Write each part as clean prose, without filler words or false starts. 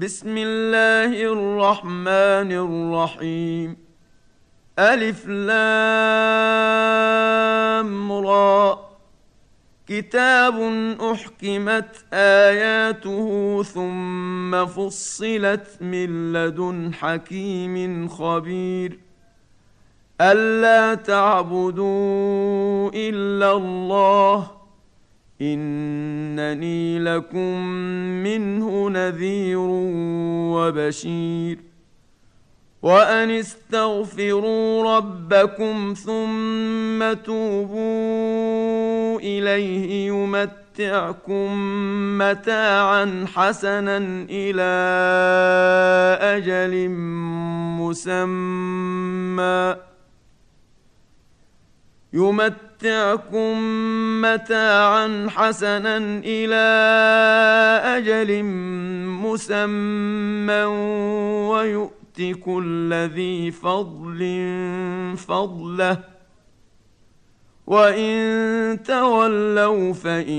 بسم الله الرحمن الرحيم. ألف لام را. كتاب أحكمت آياته ثم فصلت من لدن حكيم خبير. ألا تعبدوا إلا الله إنني لكم منه نذير وبشير. وأن استغفروا ربكم ثم توبوا إليه يمتعكم متاعا حسنا إلى أجل مسمى ويؤت كل ذي فضل فضله. وإن تولوا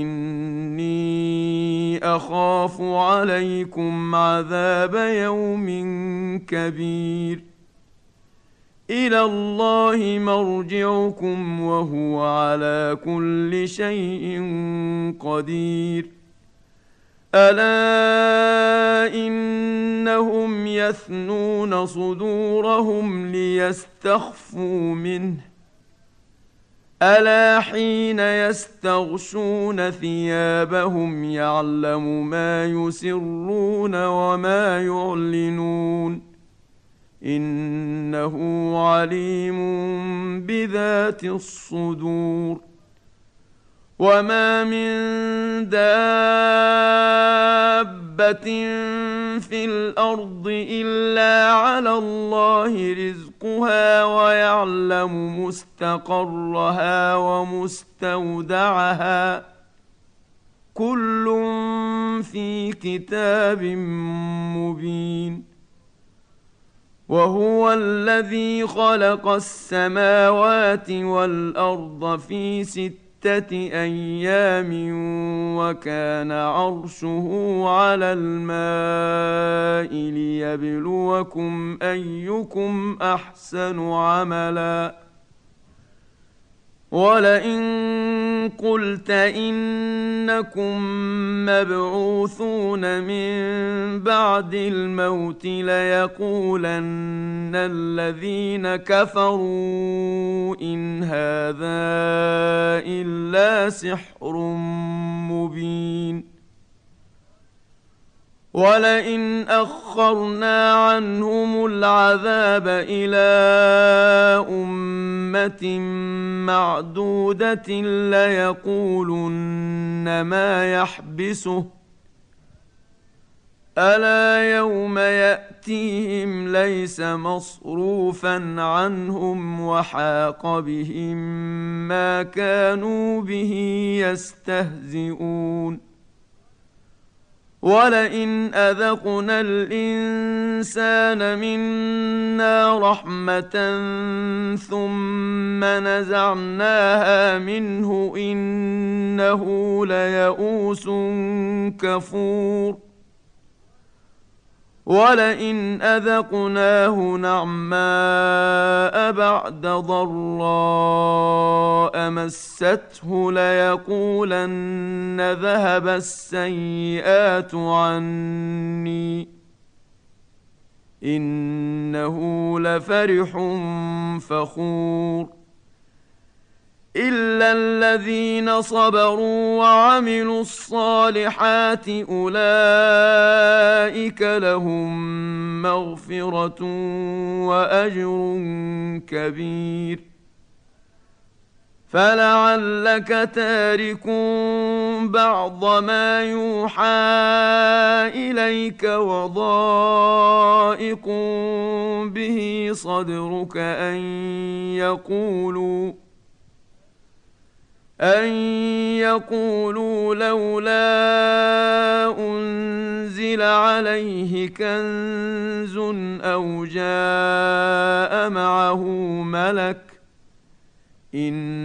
فإني أخاف عليكم عذاب يوم كبير. إلى الله مرجعكم وهو على كل شيء قدير. ألا إنهم يثنون صدورهم ليستخفوا منه ألا حين يستغشون ثيابهم يعلم ما يسرون وما يعلنون إنه عليم بذات الصدور. وما من دابة في الأرض إلا على الله رزقها ويعلم مستقرها ومستودعها كل في كتاب مبين. وهو الذي خلق السماوات والأرض في 6 أيام وكان عرشه على الماء ليبلوكم أيكم أحسن عملا. ولئن قلت إنكم مبعوثون من بعد الموت ليقولن الذين كفروا إن هذا إلا سحر مبين. ولئن أخرنا عنهم العذاب إلى أمة معدودة ليقولن ما يحبسه ألا يوم يأتيهم ليس مصروفا عنهم وحاق بهم ما كانوا به يستهزئون. ولئن أذقنا الإنسان منا رحمة ثم نزعناها منه إنه ليئوس كفور. ولئن أذقناه نعماء بعد ضراء مسته ليقولن ذهب السيئات عني إنه لفرح فخور. إلا الذين صبروا وعملوا الصالحات أولئك لهم مغفرة وأجر كبير. فلعلك تارك بعض ما يوحى إليك وضائق به صدرك أن يقولوا لولا أنزل عليه كنز أو جاء معه ملك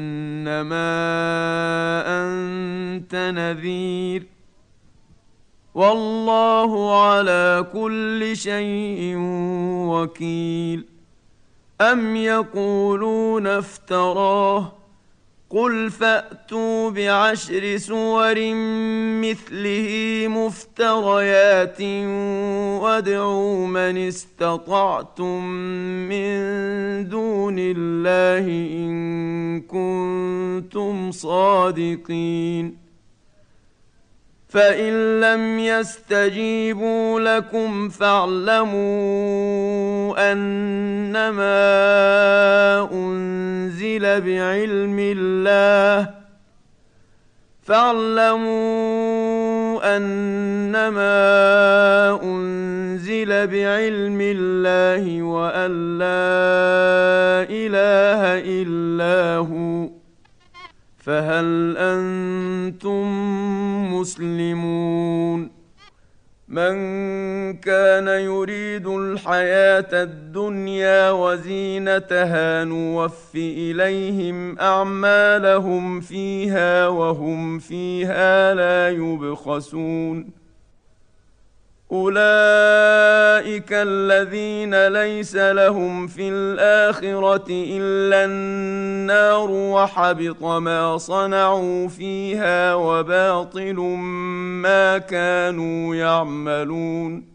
إنما أنت نذير والله على كل شيء وكيل. أم يقولون افتراه قل فأتوا بعشر سور مثله مفتريات وادعوا من استطعتم من دون الله إن كنتم صادقين. فإن لم يستجيبوا لكم فاعلموا أنما أنزل بعلم الله وأن لا إله إلا هو فهل أنتم مسلمون؟ من كان يريد الحياة الدنيا وزينتها نوف إليهم أعمالهم فيها وهم فيها لا يبخسون. أولئك الذين ليس لهم في الآخرة إلا النار وحبط ما صنعوا فيها وباطل ما كانوا يعملون.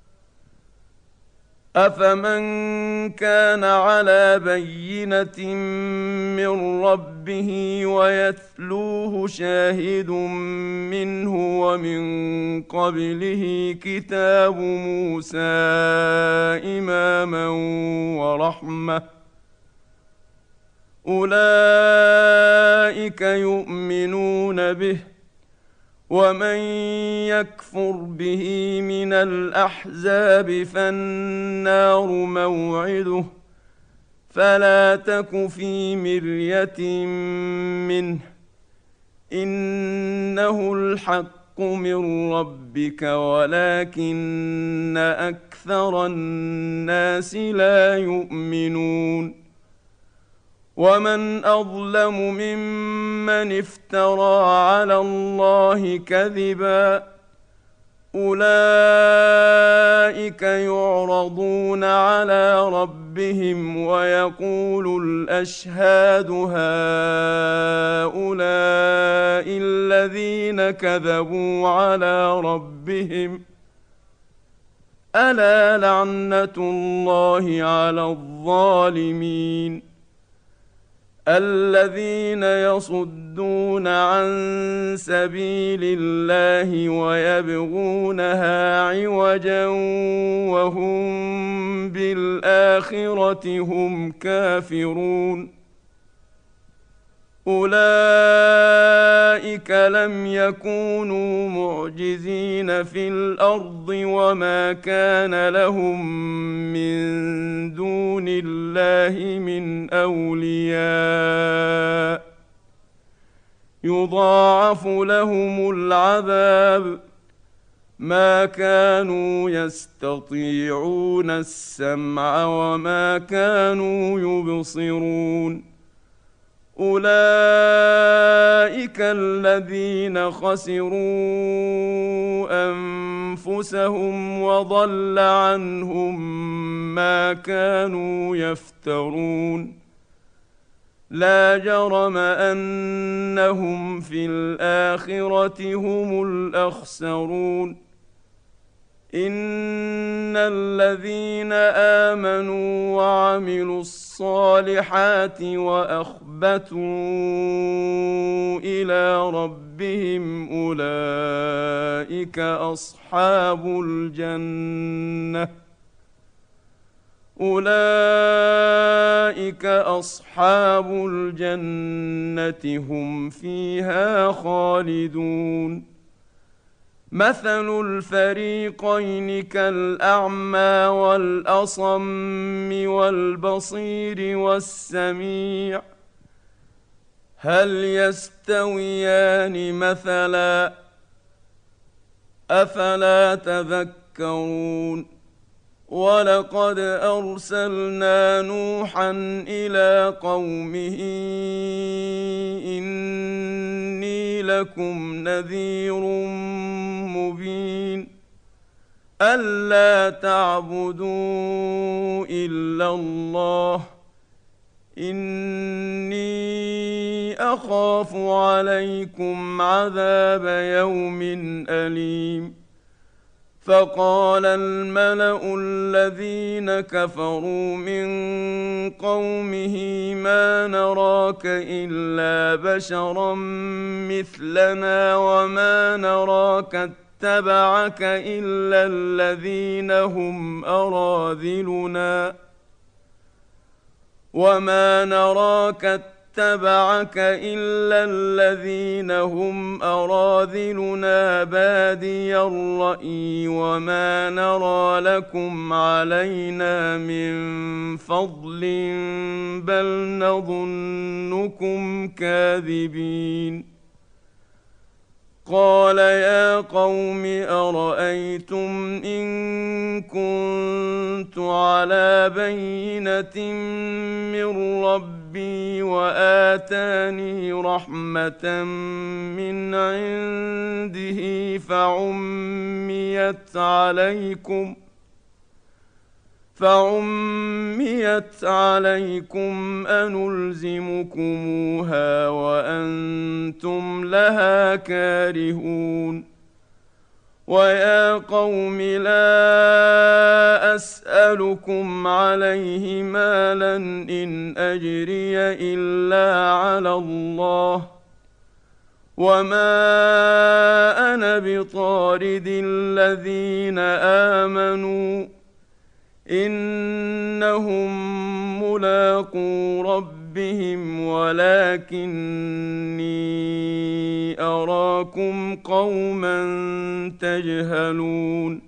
أفمن كان على بينة من ربه ويتلوه شاهد منه ومن قبله كتاب موسى إماما ورحمة أولئك يؤمنون به ومن يكفر به من الأحزاب فالنار موعده فلا تك في مرية منه إنه الحق من ربك ولكن أكثر الناس لا يؤمنون. ومن أظلم ممن افترى على الله كذبا أولئك يعرضون على ربهم ويقول الأشهاد هؤلاء الذين كذبوا على ربهم ألا لعنة الله على الظالمين. الذين يصدون عن سبيل الله ويبغونها عوجا وهم بالآخرة هم كافرون أولئك لم يكونوا معجزين في الأرض وما كان لهم من دون الله من أولياء يضاعف لهم العذاب ما كانوا يستطيعون السمع وما كانوا يبصرون. أولئك الذين خسروا أنفسهم وضل عنهم ما كانوا يفترون. لا جرم أنهم في الآخرة هم الأخسرون. إن الذين آمنوا وعملوا الصالحات وأخبتوا إلى ربهم أولئك أصحاب الجنة هم فيها خالدون. مثل الفريقين كالأعمى والأصم والبصير والسميع هل يستويان مثلا أفلا تذكرون. ولقد أرسلنا نوحا إلى قومه إني لكم نذير مبين ألا تعبدوا إلا الله إني أخاف عليكم عذاب يوم أليم فقال الملأ الذين كفروا من قومه ما نراك إلا بشرا مثلنا وما نراك اتبعك إلا الذين هم أراذلنا بادي الرأي وما نرى لكم علينا من فضل بل نظنكم كاذبين قال يا قوم أرأيتم إن كنت على بينة من ربي وآتاني رحمة من عنده فعميت عليكم أنلزمكموها وأنتم لها كارهون ويا قوم لا أسألكم عليه مالا إن أجري إلا على الله وما أنا بطارد الذين آمنوا إنهم ملاقو ربهم ولكني أراكم قوما تجهلون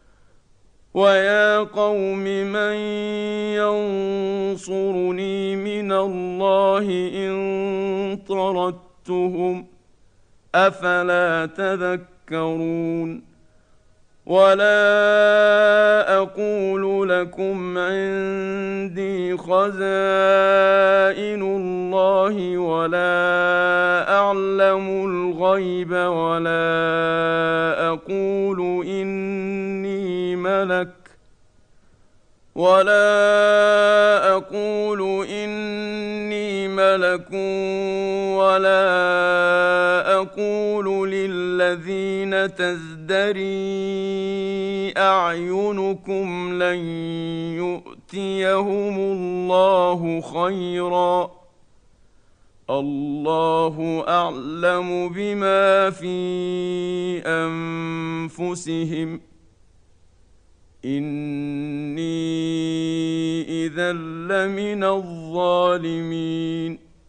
ويا قوم من ينصرني من الله إن طردتهم أفلا تذكرون ولا أقول لكم عندي خزائن الله ولا أعلم الغيب ولا أقول إني ملك ولا أقول للذين تزدري أعينكم لن يؤتيهم الله خيرا الله أعلم بما في أنفسهم إني إذا لمن الظالمين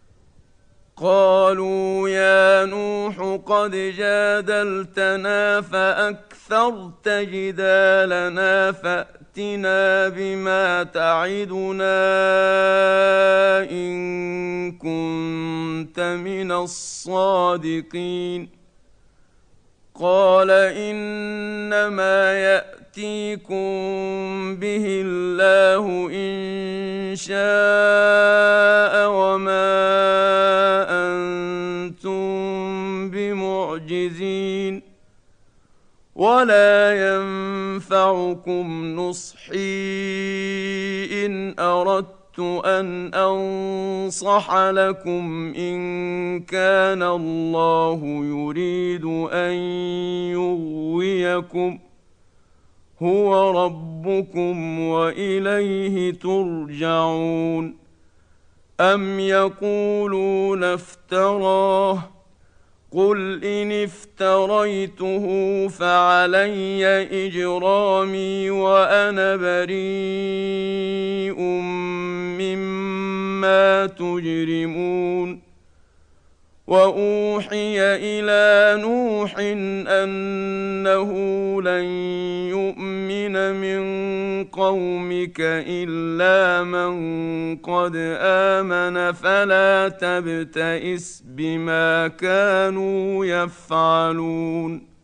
قالوا يا نوح قد جادلتنا فأكثرت جدالنا فأتنا بما تعدنا إن كنت من الصادقين قال إنما يأتيكم به الله إن شاء وما أنتم بمعجزين ولا ينفعكم نصحي إن أردت أن أنصح لكم إن كان الله يريد أن يغويكم هو ربكم وإليه ترجعون أم يقولون افتراه قل إن افتريته فعلي إجرامي وأنا بريء مما تجرمون وأوحي إلى نوح أنه لن يؤمن من قومك إلا من قد آمن فلا تبتئس بما كانوا يفعلون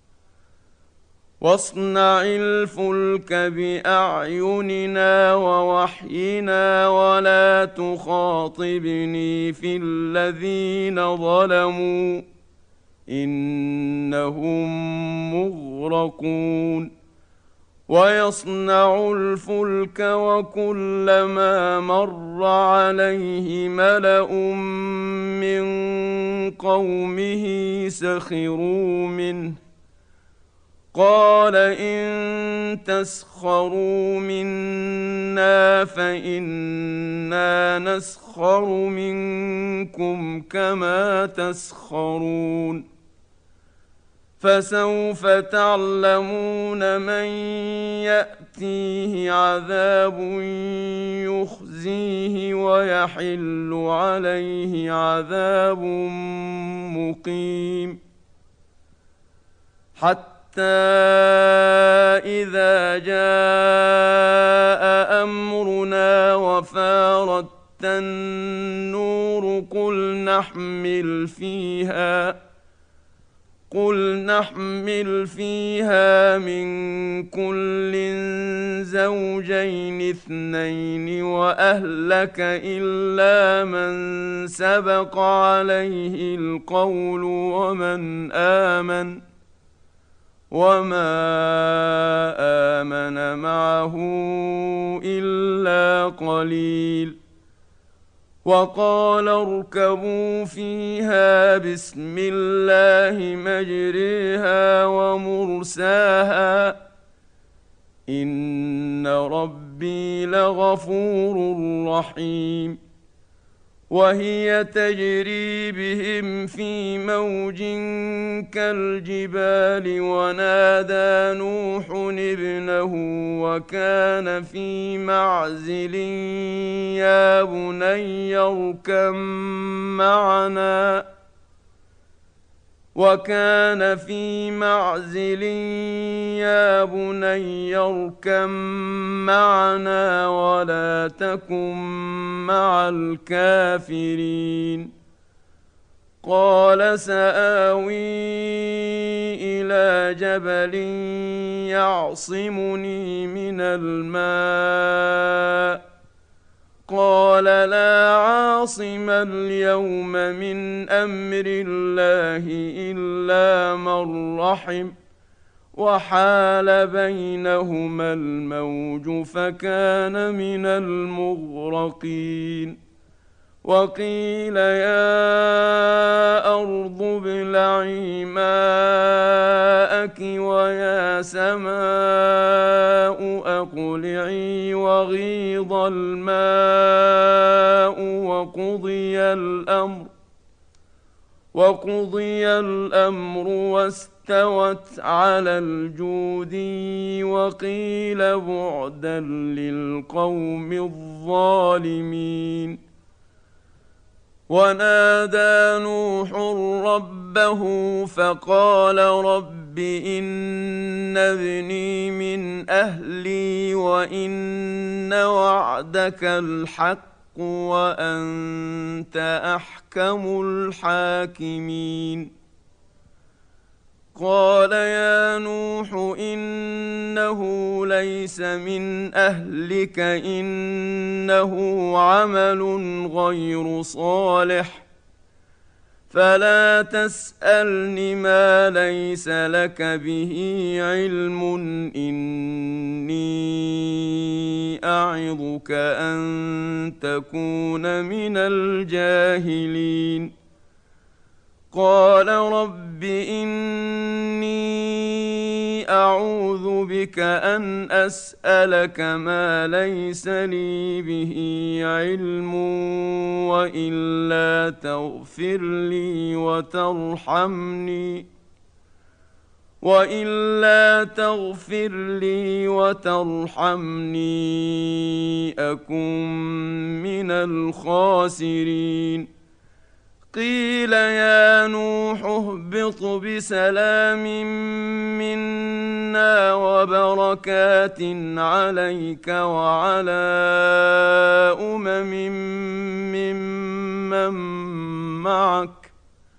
واصنع الفلك بأعيننا ووحينا ولا تخاطبني في الذين ظلموا إنهم مغرقون ويصنع الفلك وكلما مر عليه ملأ من قومه سخروا منه قال إن تسخروا منا فإنا نسخر منكم كما تسخرون فسوف تعلمون من يأتيه عذاب يخزيه ويحل عليه عذاب مقيم حتى إذا جاء أمرنا وفارت النور قل نحمل فيها من كل زوجين اثنين وأهلك إلا من سبق عليه القول وما آمن معه إلا قليل وقال اركبوا فيها بسم الله مجريها ومرساها إن ربي لغفور رحيم وهي تجري بهم في موج كالجبال ونادى نوح ابنه وكان في معزل يا بني اركب معنا ولا تكن مع الكافرين قال سآوي إلى جبل يعصمني من الماء قال لا عاصم اليوم من أمر الله إلا من رحم وحال بينهما الموج فكان من المغرقين وقيل يا أرض ابلعي ماءك ويا سماء أقلعي وغيض الماء وقضي الأمر واستوت على الجودي وقيل بعدا للقوم الظالمين ونادى نوح ربه فقال رب إن ابني من أهلي وإن وعدك الحق وأنت أحكم الحاكمين قال يا نوح إنه ليس من أهلك إنه عمل غير صالح فلا تسألني ما ليس لك به علم إني أعظك أن تكون من الجاهلين قال رب إني أعوذ بك أن أسألك ما ليس لي به علم وإلا تغفر لي وترحمني أكن من الخاسرين قيل يا نوح اهبط بسلام منا وبركات عليك وعلى ممن معك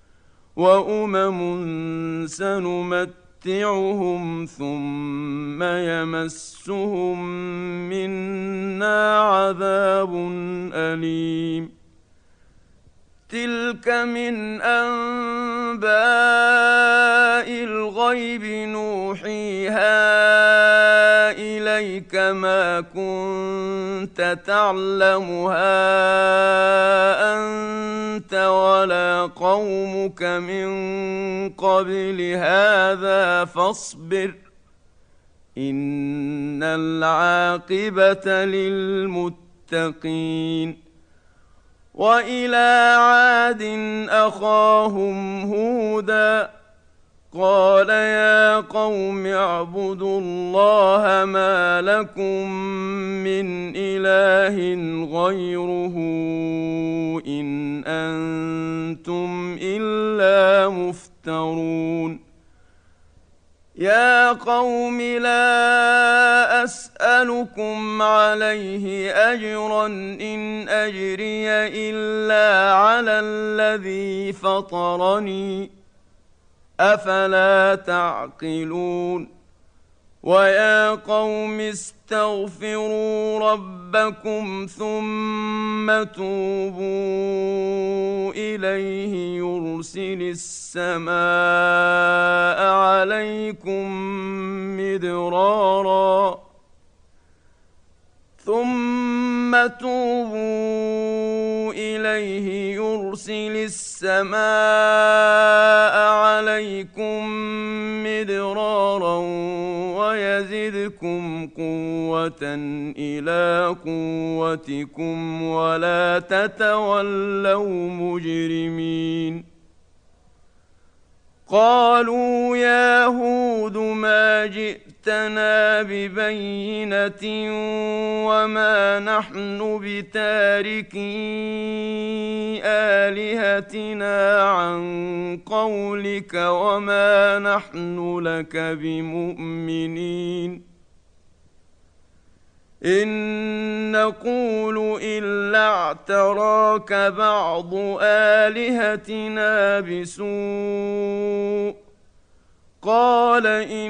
وأمم سنمتعهم ثم يمسهم منا عذاب أليم تلك من أنباء الغيب نوحيها إليك ما كنت تعلمها أنت ولا قومك من قبل هذا فاصبر إن العاقبة للمتقين. وإلى عاد أخاهم هودا قال يا قوم اعبدوا الله ما لكم من إله غيره إن أنتم إلا مفترون. يا قوم لا أسألكم عليه أجرا إن أجري إلا على الذي فطرني أفلا تعقلون. ويا قوم استغفروا ربكم ثم توبوا إليه يرسل السماء عليكم مدرارا ويزدكم قوة إلى قوتكم ولا تتولوا مجرمين. قالوا يا هود ما جئتنا ببينة وما نحن بتاركي آلهتنا عن قولك وما نحن لك بمؤمنين. إن نقول إلا اعتراك بعض آلهتنا بسوء. قال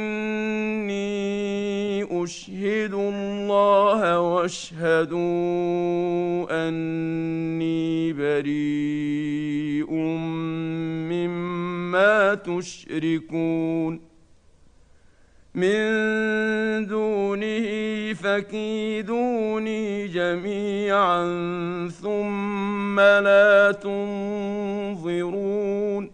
إني أشهد الله واشهدوا أني بريء مما تشركون من دونه فكيدوني جميعا ثم لا تنظرون.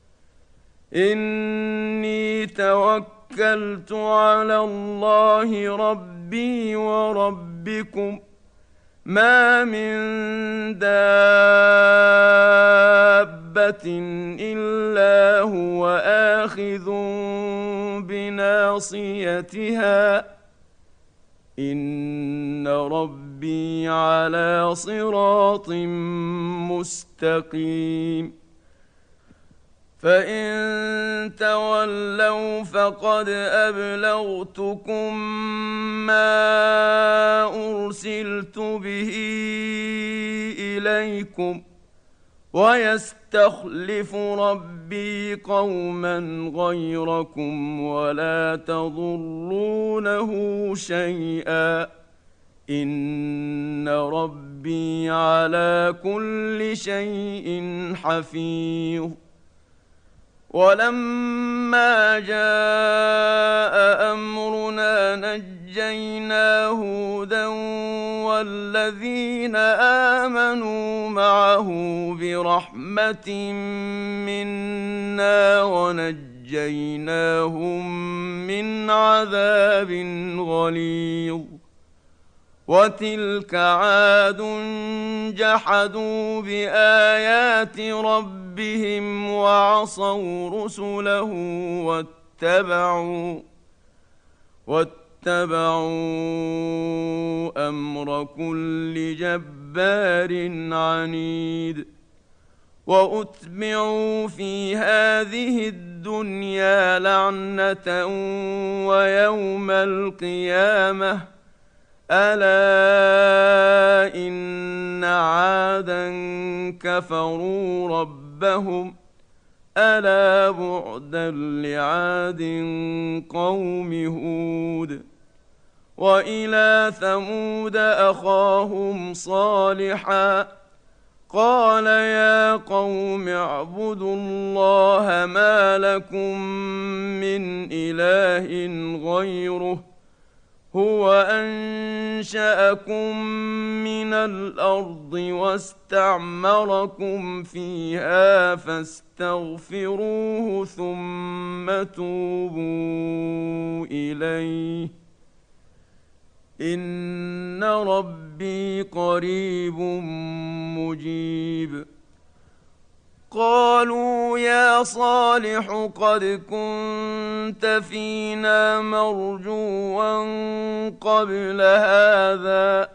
إني توكلت على الله ربي وربكم ما من دابة إلا هو آخذ بناصيتها إن ربي على صراط مستقيم. فإن تولوا فقد أبلغتكم ما أرسلت به إليكم ويستخلف ربي قوما غيركم ولا تضرونه شيئا إن ربي على كل شيء حفيظ. ولما جاء أمرنا نجينا هودا والذين آمنوا معه برحمة منا ونجيناهم من عذاب غليظ. وتلك عاد جحدوا بآيات ربهم وعصوا رسله واتبعوا أمر كل جبار عنيد. وأتبعوا في هذه الدنيا لعنة ويوم القيامة ألا إن عادا كفروا ربهم ألا بعدا لعاد قوم هود. وإلى ثمود أخاهم صالحا قال يا قوم اعبدوا الله ما لكم من إله غيره هو أنشأكم من الأرض واستعمركم فيها فاستغفروه ثم توبوا إليه إن ربي قريب مجيب. قالوا يا صالح قد كنت فينا مرجوا قبل هذا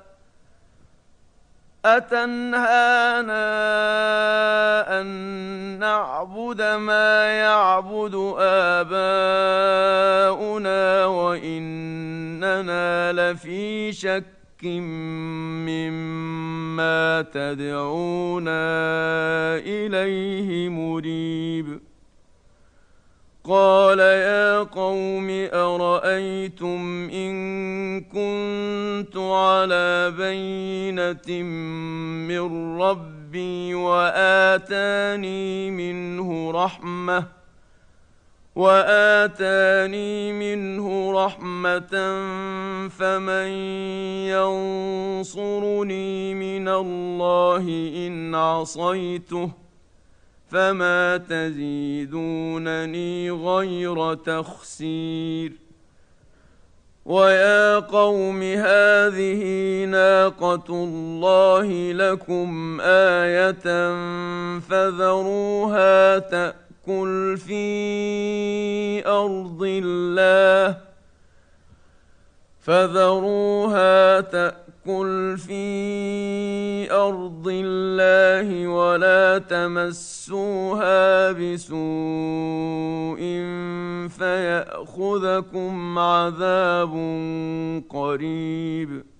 أتنهانا أن نعبد ما يعبد آباؤنا وإننا لفي شك مما تدعونا إليه مريب. قال يا قوم أرأيتم إن كنت على بينة من ربي وآتاني منه رحمة فمن ينصرني من الله إن عصيته فما تزيدونني غير تخسير. ويا قوم هذه ناقة الله لكم آية فذروها تأكل في أرض الله ولا تمسوها بسوء فيأخذكم عذاب قريب.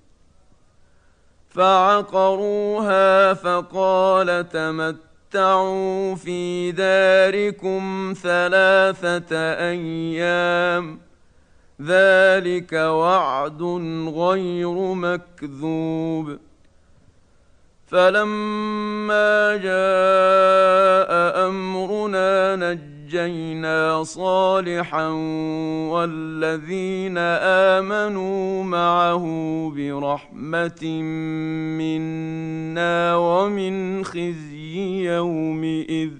فعقروها فقال تمتعوا في داركم 3 أيام ذلك وعد غير مكذوب. فلما جاء أمرنا نجينا صالحا والذين آمنوا معه برحمة منا ومن خزي يومئذ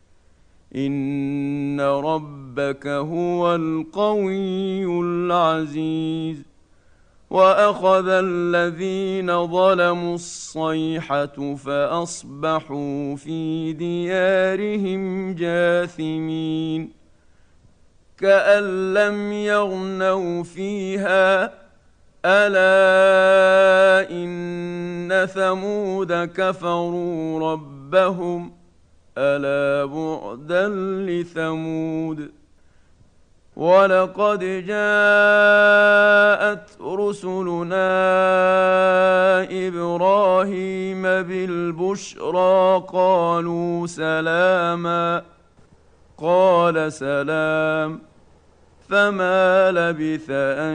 إن ربك هو القوي العزيز. وأخذ الذين ظلموا الصيحة فأصبحوا في ديارهم جاثمين كأن لم يغنوا فيها ألا إن ثمود كفروا ربهم ألا بعدا لثمود. ولقد جاءت رسلنا إبراهيم بالبشرى قالوا سلاما قال سلام فما لبث أن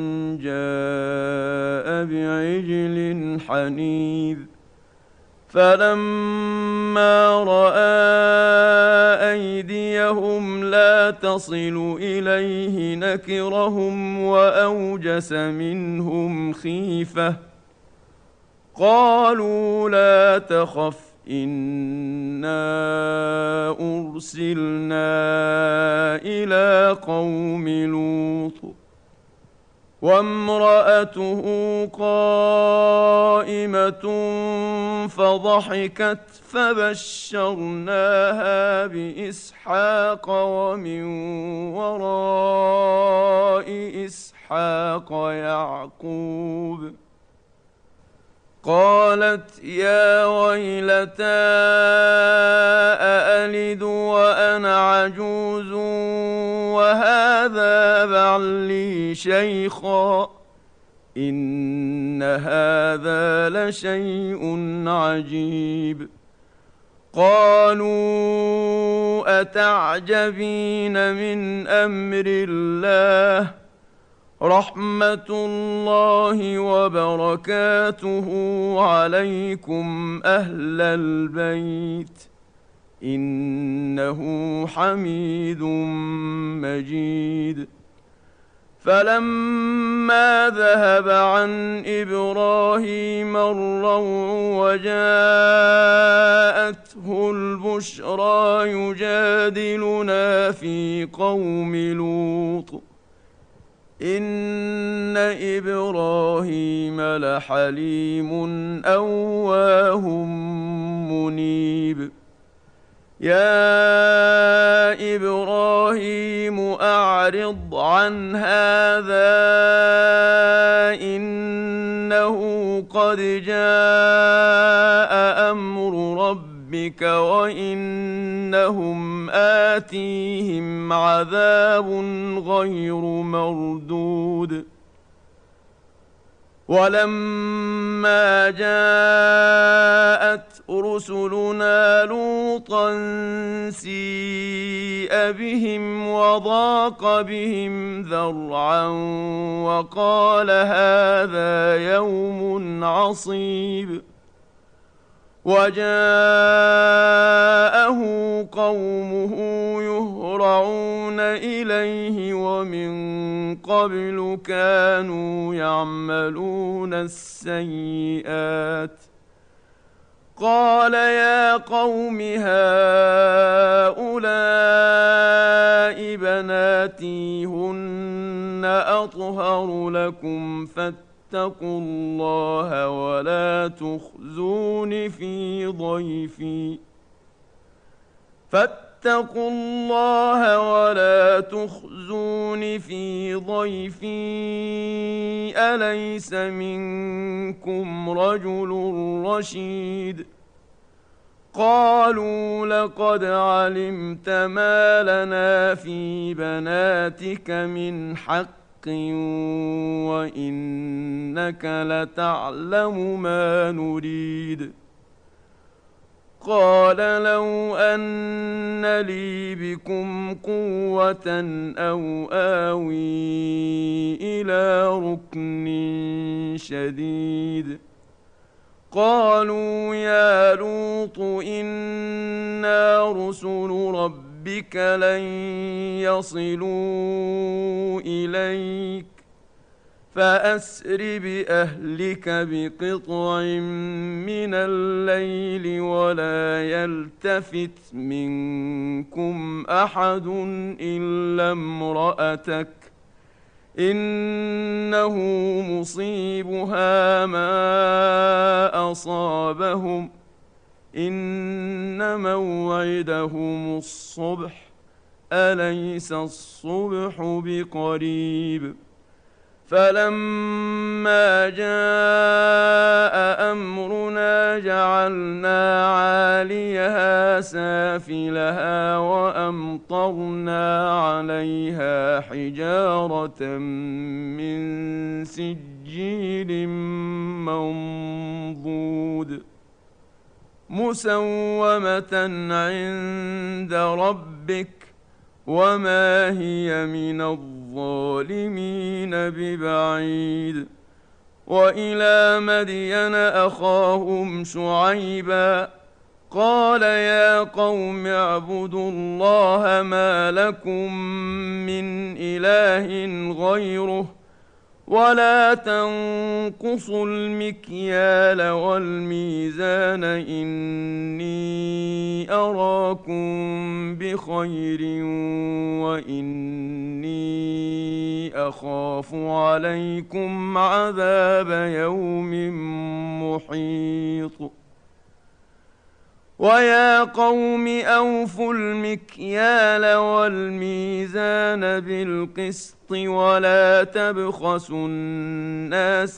جاء بعجل حنيذ. فلما رأى أيديهم لا تصل إليه نكرهم وأوجس منهم خيفة قالوا لا تخف إنا أرسلنا إلى قوم لوط وامرأته قائمة فضحكت فبشرناها بإسحاق ومن وراء إسحاق يعقوب. قالت يا ويلتى أألد وأنا عجوز وهذا بعلي شيخا إن هذا لشيء عجيب. قالوا أتعجبين من أمر الله رحمة الله وبركاته عليكم أهل البيت إنه حميد مجيد. فلما ذهب عن إبراهيم الروع وجاءته البشرى يجادلنا في قوم لوط إن إبراهيم لحليم أواه منيب. يا إبراهيم أعرض عن هذا إنه قد جاء أمر ربك وإنهم آتيهم عذاب غير مردود. ولما جاءت رسلنا لوطا سيء بهم وضاق بهم ذرعا وقال هذا يوم عصيب. وجاءه قومه يهرعون إليه ومن قبل كانوا يعملون السيئات. قال يا قوم هؤلاء بناتي هن أطهر لكم فاتقوا الله ولا تخزون في ضيفي أليس منكم رجل رشيد. قالوا لقد علمت ما لنا في بناتك من حق وإنك لتعلم ما نريد. قال لو أن لي بكم قوة أو آوي إلى ركن شديد. قالوا يا لوط إنا رسل ربك لن يصلوا إليك فأسر بأهلك بقطع من الليل ولا يلتفت منكم أحد إلا امرأتك إنه مصيبها ما أصابهم إن موعدهم الصبح أليس الصبح بقريب. فلما جاء أمرنا جعلنا عاليها سافلها وأمطرنا عليها حجارة من سجيل منضود مسومة عند ربك وما هي من الظالمين ببعيد. وإلى مدين أخاهم شعيبا قال يا قوم اعبدوا الله ما لكم من إله غيره ولا تنقصوا المكيال والميزان إني أراكم بخير وإني أخاف عليكم عذاب يوم محيط. ويا قوم أوفوا المكيال والميزان بالقسط ولا تبخسوا الناس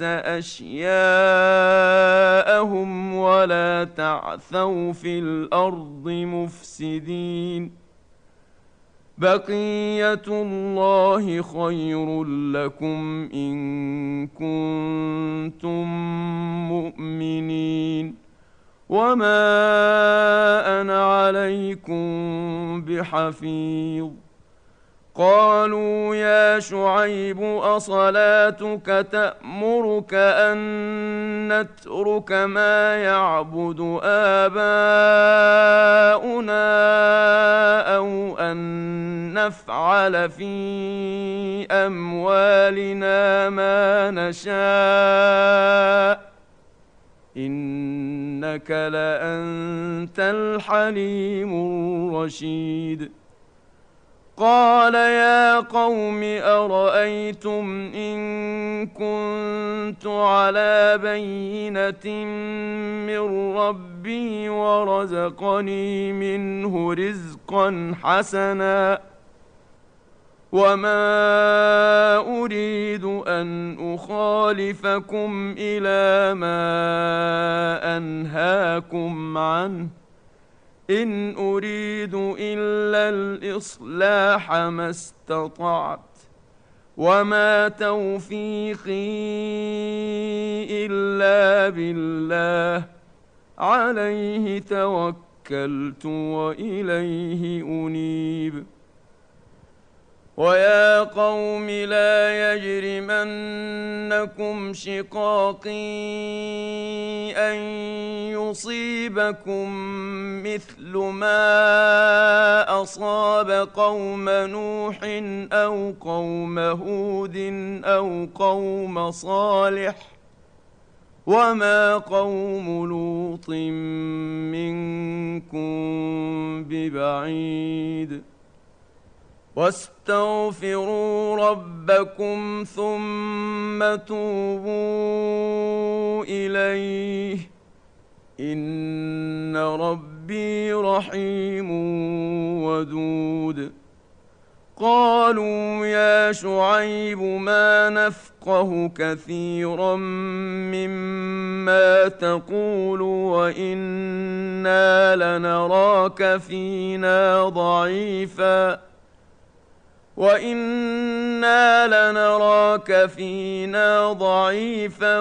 أشياءهم ولا تعثوا في الأرض مفسدين. بقية الله خير لكم إن كنتم مؤمنين وما أنا عليكم بحفيظ. قالوا يا شعيب أصلاتك تأمرك أن نترك ما يعبد آباؤنا أو أن نفعل في أموالنا ما نشاء إنك لأنت الحليم الرشيد قال يا قوم أرأيتم إن كنت على بينة من ربي ورزقني منه رزقا حسنا وما أريد أن أخالفكم إلى ما أنهاكم عنه إن أريد إلا الإصلاح ما استطعت وما توفيقي إلا بالله عليه توكلت وإليه أنيب ويا قوم لا يجرمنكم شقاقي أن يصيبكم مثل ما أصاب قوم نوح أو قوم هود أو قوم صالح وما قوم لوط منكم ببعيد واستغفروا ربكم ثم توبوا إليه إن ربي رحيم ودود قالوا يا شعيب ما نفقه كثيرا مما تقول وإنا لنراك فينا ضعيفا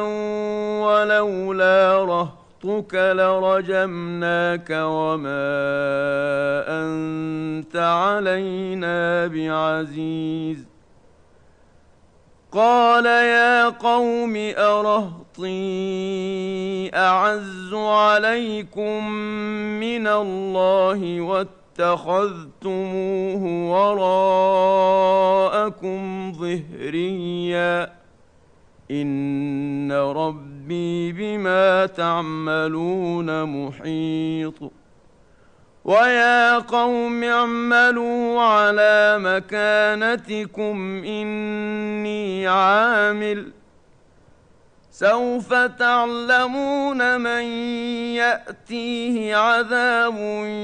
ولولا رهطك لرجمناك وما أنت علينا بعزيز قال يا قوم أرهطي أعز عليكم من الله واتخذتموه وراءكم ظهريا إن ربي بما تعملون محيط ويا قوم اعملوا على مكانتكم إني عامل سوف تعلمون من يأتيه عذاب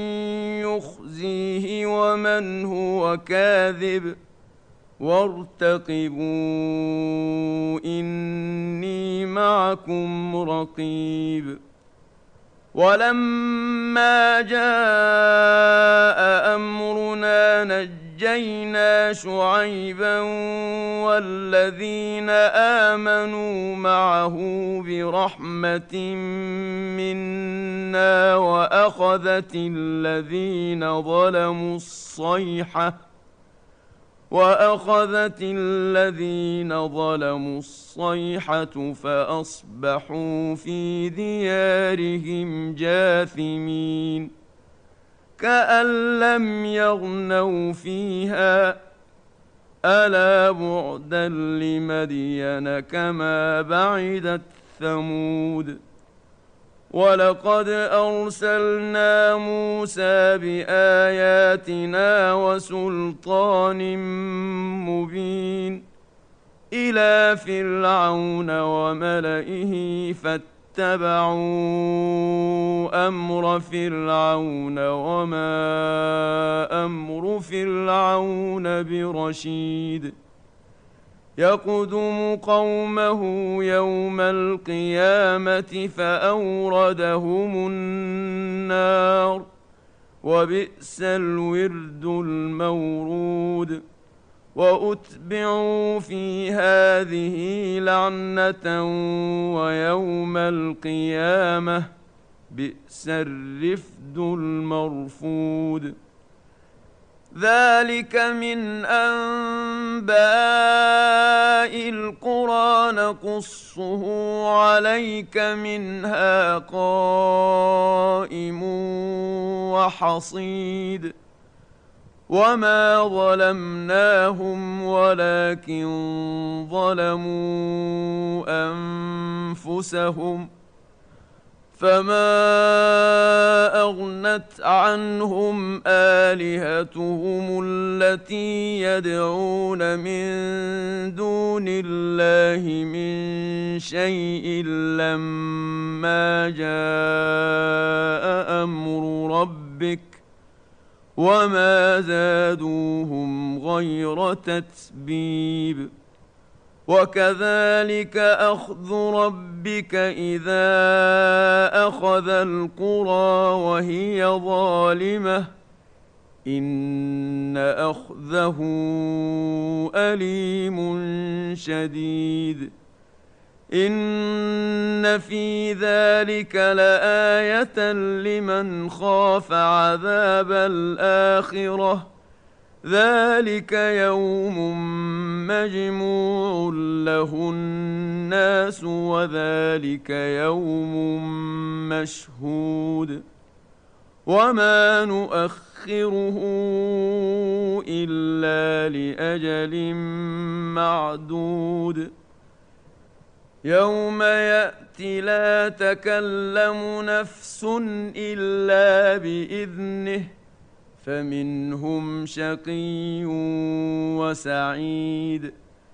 يخزيه ومن هو كاذب وارتقبوا إني معكم رقيب ولما جاء أمرنا نجينا شعيبا والذين آمنوا معه برحمة منا وأخذت الذين ظلموا الصيحة فأصبحوا في ديارهم جاثمين كأن لم يغنوا فيها ألا بعدا لمدين كما بعدت ثمود ولقد أرسلنا موسى بآياتنا وسلطان مبين إلى فرعون وملئه فاتبعوا أمر فرعون وما أمر فرعون برشيد يقدم قومه يوم القيامة فأوردهم النار وبئس الورد المورود وأتبعوا في هذه لعنة ويوم القيامة بئس الرفد المرفود ذلك من أنباء القرى نقصه عليك منها قائم وحصيد وما ظلمناهم ولكن ظلموا أنفسهم فما أغنت عنهم آلهتهم التي يدعون من دون الله من شيء لما جاء أمر ربك وما زادوهم غير تتبيب وكذلك أخذ ربك إذا أخذ القرى وهي ظالمة إن أخذه أليم شديد إن في ذلك لآية لمن خاف عذاب الآخرة ذلك يوم مجموع له الناس وذلك يوم مشهود وما نؤخره إلا لأجل معدود يوم يأتي لا تكلم نفس إلا بإذنه فمنهم شقي وسعيد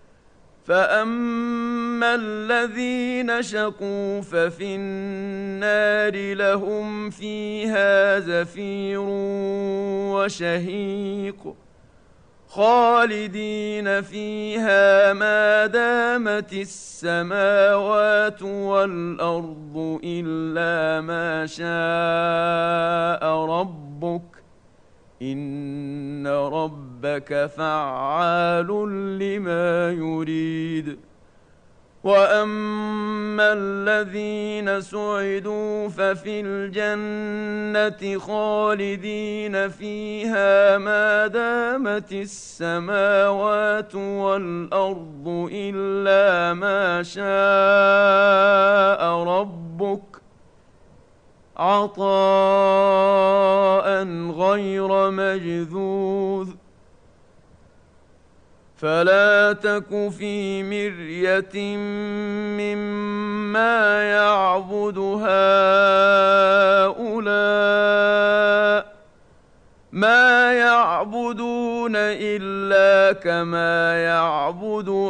فأما الذين شقوا ففي النار لهم فيها زفير وشهيق خالدين فيها ما دامت السماوات والأرض إلا ما شاء ربك إن ربك فعال لما يريد وأما الذين سعدوا ففي الجنة خالدين فيها ما دامت السماوات والأرض إلا ما شاء ربك عطاء غير مجذوذ فلا تك في مرية مما يعبد هؤلاء ما يعبدون إلا كما يعبد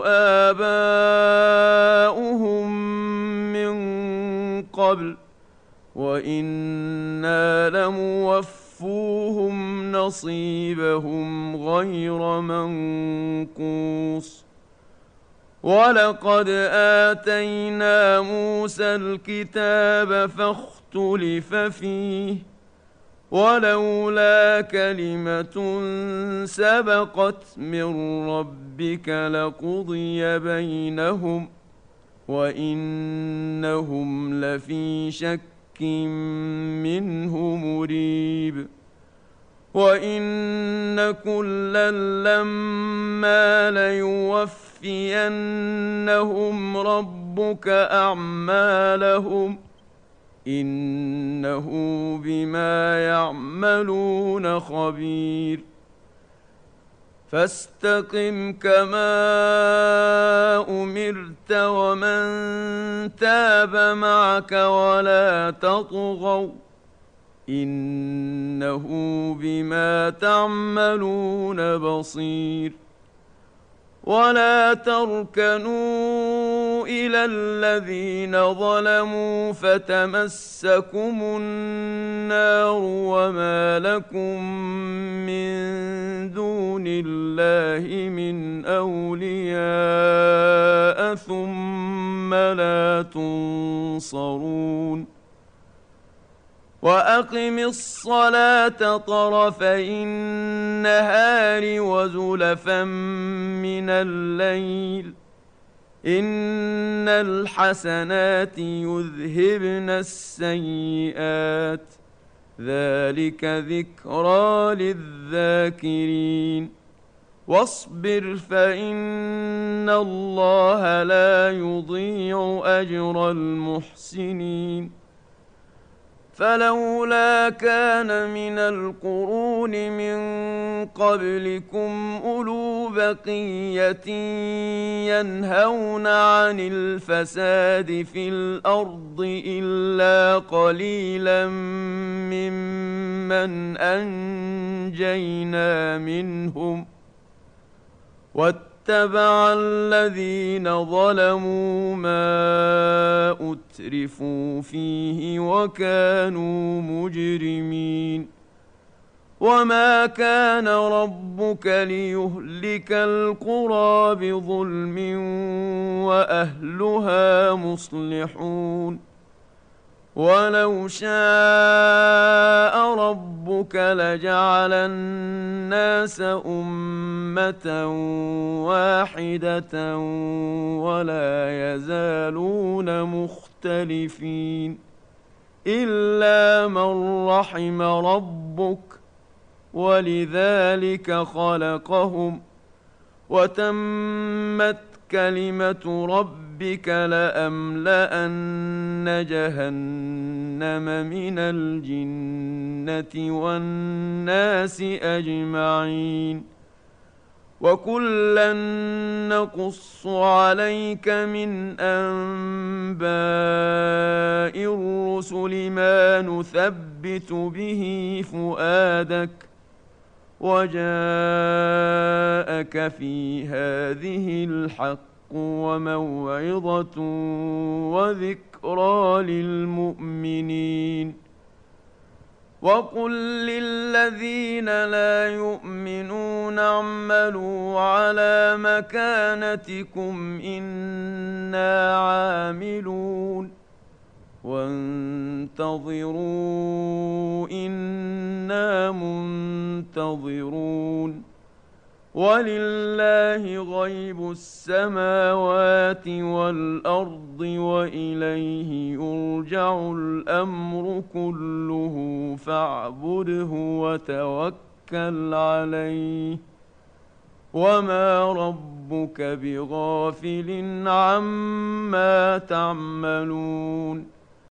آباؤهم من قبل وإنا لموفوهم نصيبهم غير منقوص ولقد آتينا موسى الكتاب فاختلف فيه ولولا كلمة سبقت من ربك لقضي بينهم وإنهم لفي شك منه مريب وإن كلا لما ليوفينهم ربك أعمالهم إنه بما يعملون خبير فاستقم كما أمرت ومن تاب معك ولا تطغوا إنه بما تعملون بصير ولا تركنوا إلى الذين ظلموا فتمسكم النار وما لكم من دون الله من أولياء ثم لا تنصرون وأقم الصلاة طرفي النهار وزلفا من الليل إن الحسنات يذهبن السيئات ذلك ذكرى للذاكرين. واصبر فإن الله لا يضيع أجر المحسنين. فلولا كان من القرون من قبلكم أولو بقية ينهون عن الفساد في الأرض إلا قليلا ممن أنجينا منهم واتبع الذين ظلموا ما أترفوا فيه وكانوا مجرمين. وما كان ربك ليهلك القرى بظلم وأهلها مصلحون. ولو شاء ربك لجعل الناس أمة واحدة ولا يزالون مختلفين إلا من رحم ربك ولذلك خلقهم وتمت كلمة ربك لأملأن جهنم من الجنة والناس أجمعين. وكلا نقص عليك من أنباء الرسل ما نثبت به فؤادك وجاءك في هذه الحق وموعظة وذكرى للمؤمنين. وقل للذين لا يؤمنون اعملوا على مكانتكم إنا عاملون وانتظروا إنا منتظرون. ولله غيب السماوات والأرض وإليه يرجع الأمر كله فاعبده وتوكل عليه وما ربك بغافل عما تعملون.